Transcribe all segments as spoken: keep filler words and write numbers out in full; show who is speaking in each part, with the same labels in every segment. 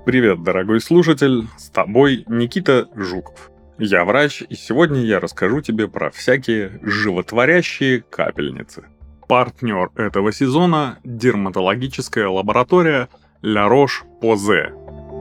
Speaker 1: Привет, дорогой слушатель, с тобой Никита Жуков. Я врач, и сегодня я расскажу тебе про всякие животворящие капельницы. Партнер этого сезона – дерматологическая лаборатория La Roche-Posay.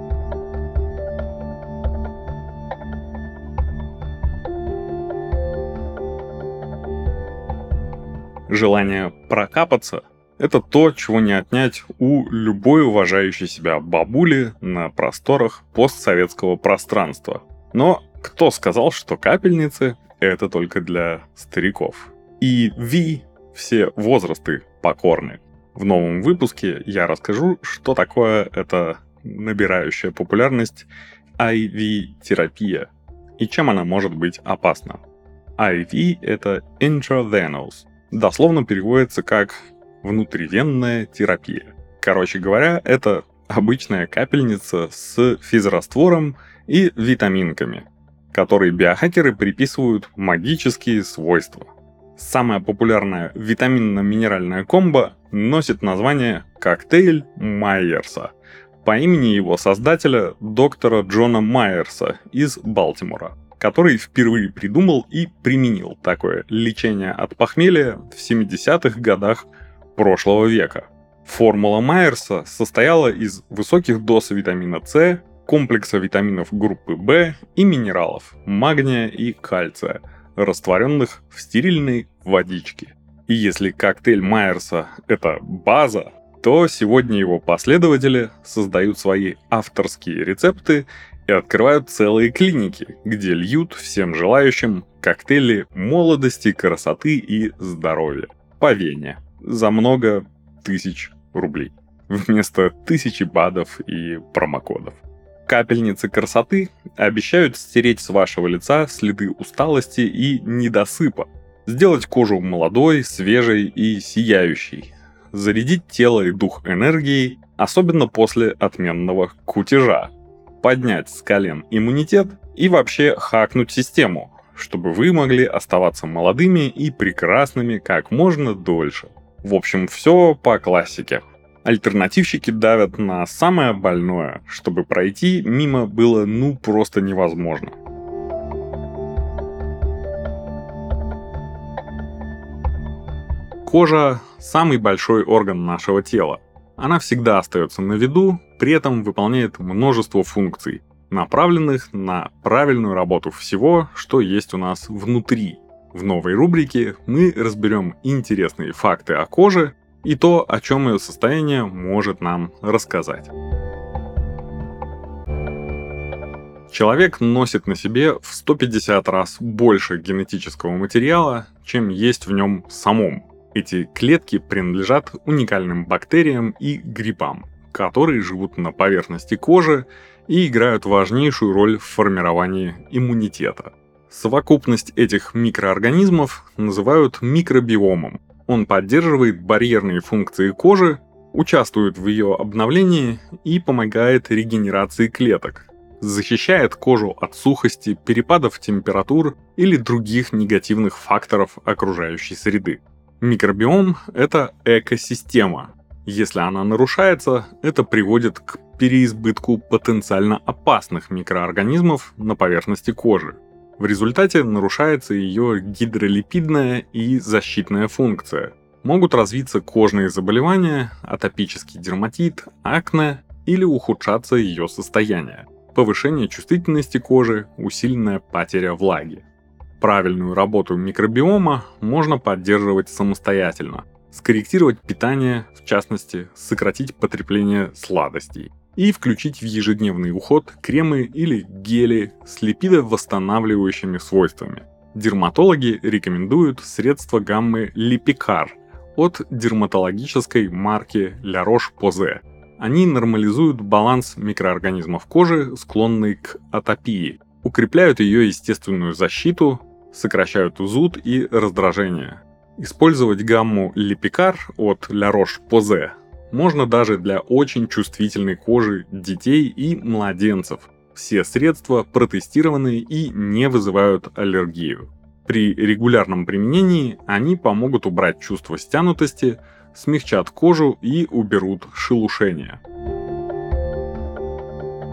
Speaker 1: Желание прокапаться – это то, чего не отнять у любой уважающей себя бабули на просторах постсоветского пространства. Но кто сказал, что капельницы – это только для стариков? И ви все возрасты покорны. В новом выпуске я расскажу, что такое эта набирающая популярность ай ви-терапия и чем она может быть опасна. ай ви – это intravenous. Дословно переводится как внутривенная терапия. Короче говоря, это обычная капельница с физраствором и витаминками, которые биохакеры приписывают магические свойства. Самая популярная витаминно-минеральная комбо носит название коктейль Майерса по имени его создателя, доктора Джона Майерса из Балтимора, который впервые придумал и применил такое лечение от похмелья в семидесятых годах прошлого века. Формула Майерса состояла из высоких доз витамина С, комплекса витаминов группы В и минералов магния и кальция, растворенных в стерильной водичке. И если коктейль Майерса – это база, то сегодня его последователи создают свои авторские рецепты и открывают целые клиники, где льют всем желающим коктейли молодости, красоты и здоровья по вене за много тысяч рублей вместо тысячи бадов и промокодов. Капельницы красоты обещают стереть с вашего лица следы усталости и недосыпа, сделать кожу молодой, свежей и сияющей, зарядить тело и дух энергией, особенно после отменного кутежа, поднять с колен иммунитет и вообще хакнуть систему, чтобы вы могли оставаться молодыми и прекрасными как можно дольше. В общем, все по классике. Альтернативщики давят на самое больное, чтобы пройти мимо было ну просто невозможно. Кожа – самый большой орган нашего тела. Она всегда остается на виду, при этом выполняет множество функций, направленных на правильную работу всего, что есть у нас внутри. В новой рубрике мы разберем интересные факты о коже и то, о чем ее состояние может нам рассказать. Человек носит на себе в сто пятьдесят раз больше генетического материала, чем есть в нем самом. Эти клетки принадлежат уникальным бактериям и грибам, которые живут на поверхности кожи и играют важнейшую роль в формировании иммунитета. Совокупность этих микроорганизмов называют микробиомом. Он поддерживает барьерные функции кожи, участвует в ее обновлении и помогает регенерации клеток, защищает кожу от сухости, перепадов температур или других негативных факторов окружающей среды. Микробиом – это экосистема. Если она нарушается, это приводит к переизбытку потенциально опасных микроорганизмов на поверхности кожи. В результате нарушается ее гидролипидная и защитная функция. Могут развиться кожные заболевания, атопический дерматит, акне или ухудшаться ее состояние. Повышение чувствительности кожи, усиленная потеря влаги. Правильную работу микробиома можно поддерживать самостоятельно, скорректировать питание, в частности, сократить потребление сладостей, и включить в ежедневный уход кремы или гели с липидовосстанавливающими свойствами. Дерматологи рекомендуют средства гаммы Липикар от дерматологической марки La Roche-Posay. Они нормализуют баланс микроорганизмов кожи, склонной к атопии, укрепляют ее естественную защиту, сокращают зуд и раздражение. Использовать гамму Липикар от La Roche-Posay можно даже для очень чувствительной кожи детей и младенцев. Все средства протестированы и не вызывают аллергию. При регулярном применении они помогут убрать чувство стянутости, смягчат кожу и уберут шелушение.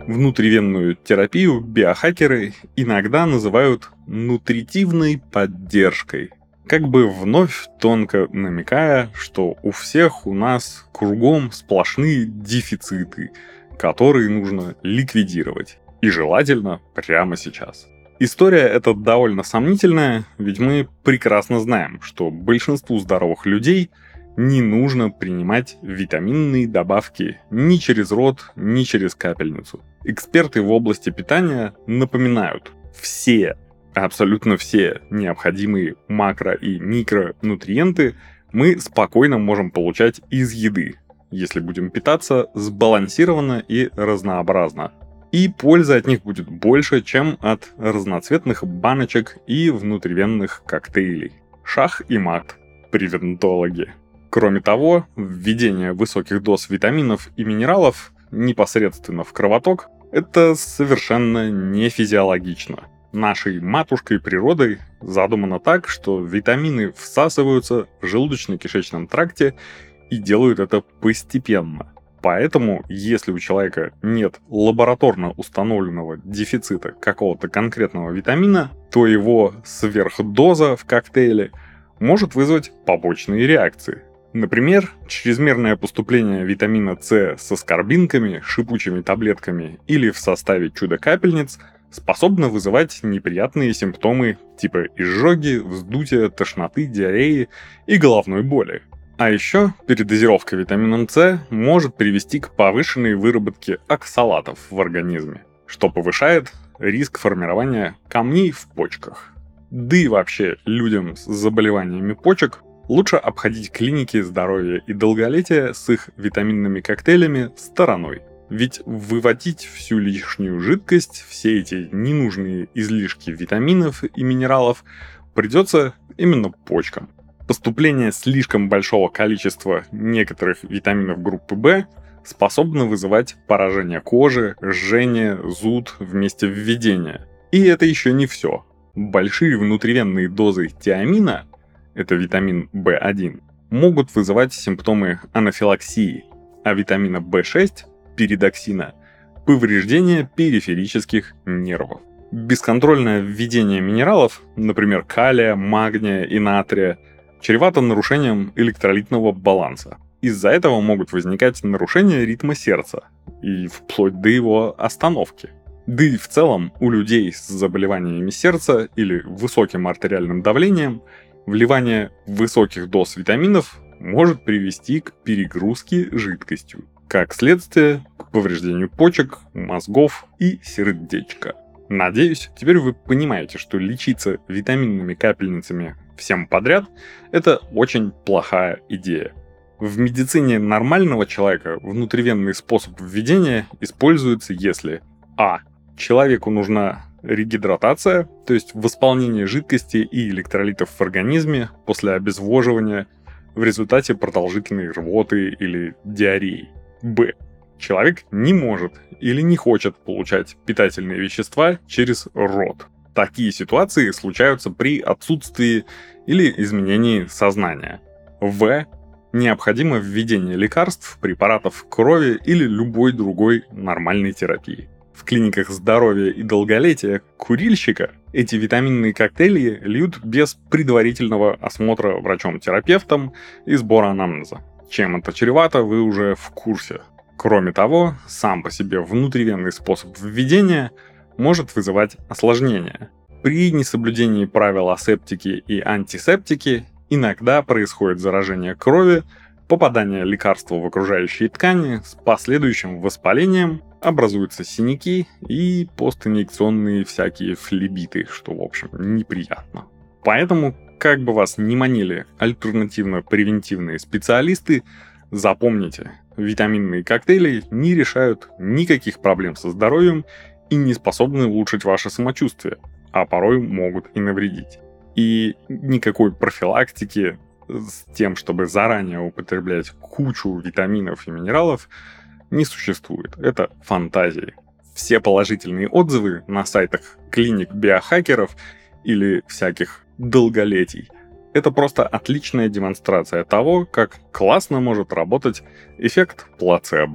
Speaker 1: Внутривенную терапию биохакеры иногда называют нутритивной поддержкой, как бы вновь тонко намекая, что у всех у нас кругом сплошные дефициты, которые нужно ликвидировать, и желательно прямо сейчас. История эта довольно сомнительная, ведь мы прекрасно знаем, что большинству здоровых людей не нужно принимать витаминные добавки ни через рот, ни через капельницу. Эксперты в области питания напоминают, все, абсолютно все необходимые макро- и микронутриенты мы спокойно можем получать из еды, если будем питаться сбалансированно и разнообразно. И пользы от них будет больше, чем от разноцветных баночек и внутривенных коктейлей. Шах и мат, превентологи. Кроме того, введение высоких доз витаминов и минералов непосредственно в кровоток – это совершенно не физиологично. Нашей матушкой природой задумано так, что витамины всасываются в желудочно-кишечном тракте и делают это постепенно. Поэтому, если у человека нет лабораторно установленного дефицита какого-то конкретного витамина, то его сверхдоза в коктейле может вызвать побочные реакции. Например, чрезмерное поступление витамина С с аскорбинками, шипучими таблетками или в составе чудо-капельниц способно вызывать неприятные симптомы типа изжоги, вздутия, тошноты, диареи и головной боли. А еще передозировка витамином С может привести к повышенной выработке оксалатов в организме, что повышает риск формирования камней в почках. Да и вообще людям с заболеваниями почек лучше обходить клиники здоровья и долголетия с их витаминными коктейлями стороной. Ведь выводить всю лишнюю жидкость, все эти ненужные излишки витаминов и минералов придется именно почкам. Поступление слишком большого количества некоторых витаминов группы В способно вызывать поражение кожи, жжение, зуд вместе введения. И это еще не все. Большие внутривенные дозы тиамина, это витамин В один, могут вызывать симптомы анафилаксии, а витамина В шесть, пиридоксина, повреждение периферических нервов. Бесконтрольное введение минералов, например, калия, магния и натрия, чревато нарушением электролитного баланса. Из-за этого могут возникать нарушения ритма сердца и вплоть до его остановки. Да и в целом у людей с заболеваниями сердца или высоким артериальным давлением вливание высоких доз витаминов может привести к перегрузке жидкостью, как следствие к повреждению почек, мозгов и сердечка. Надеюсь, теперь вы понимаете, что лечиться витаминными капельницами всем подряд – это очень плохая идея. В медицине нормального человека внутривенный способ введения используется, если а. человеку нужна регидратация, то есть восполнение жидкости и электролитов в организме после обезвоживания в результате продолжительной рвоты или диареи. Б. Человек не может или не хочет получать питательные вещества через рот. Такие ситуации случаются при отсутствии или изменении сознания. В. Необходимо введение лекарств, препаратов крови или любой другой нормальной терапии. В клиниках здоровья и долголетия курильщика эти витаминные коктейли льют без предварительного осмотра врачом-терапевтом и сбора анамнеза. Чем это чревато, вы уже в курсе. Кроме того, сам по себе внутривенный способ введения может вызывать осложнения. При несоблюдении правил асептики и антисептики иногда происходит заражение крови, попадание лекарства в окружающие ткани с последующим воспалением, образуются синяки и постинъекционные всякие флебиты, что, в общем, неприятно. Поэтому, как бы вас ни манили альтернативно-превентивные специалисты, запомните, витаминные коктейли не решают никаких проблем со здоровьем и не способны улучшить ваше самочувствие, а порой могут и навредить. И никакой профилактики с тем, чтобы заранее употреблять кучу витаминов и минералов, не существует. Это фантазии. Все положительные отзывы на сайтах клиник биохакеров или всяких долголетий – это просто отличная демонстрация того, как классно может работать эффект плацебо.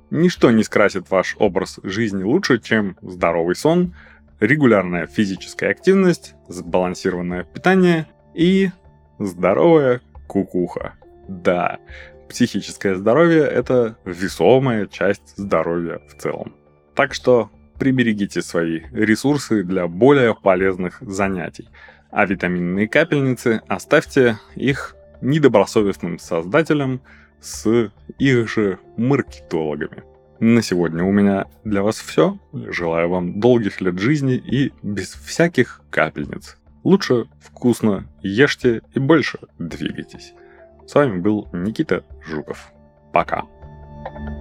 Speaker 1: Ничто не скрасит ваш образ жизни лучше, чем здоровый сон, регулярная физическая активность, сбалансированное питание и здоровая кукуха. Да, психическое здоровье – это весомая часть здоровья в целом. Так что приберегите свои ресурсы для более полезных занятий. А витаминные капельницы оставьте их недобросовестным создателям с их же маркетологами. На сегодня у меня для вас все. Желаю вам долгих лет жизни и без всяких капельниц. Лучше вкусно ешьте и больше двигайтесь. С вами был Никита Жуков. Пока.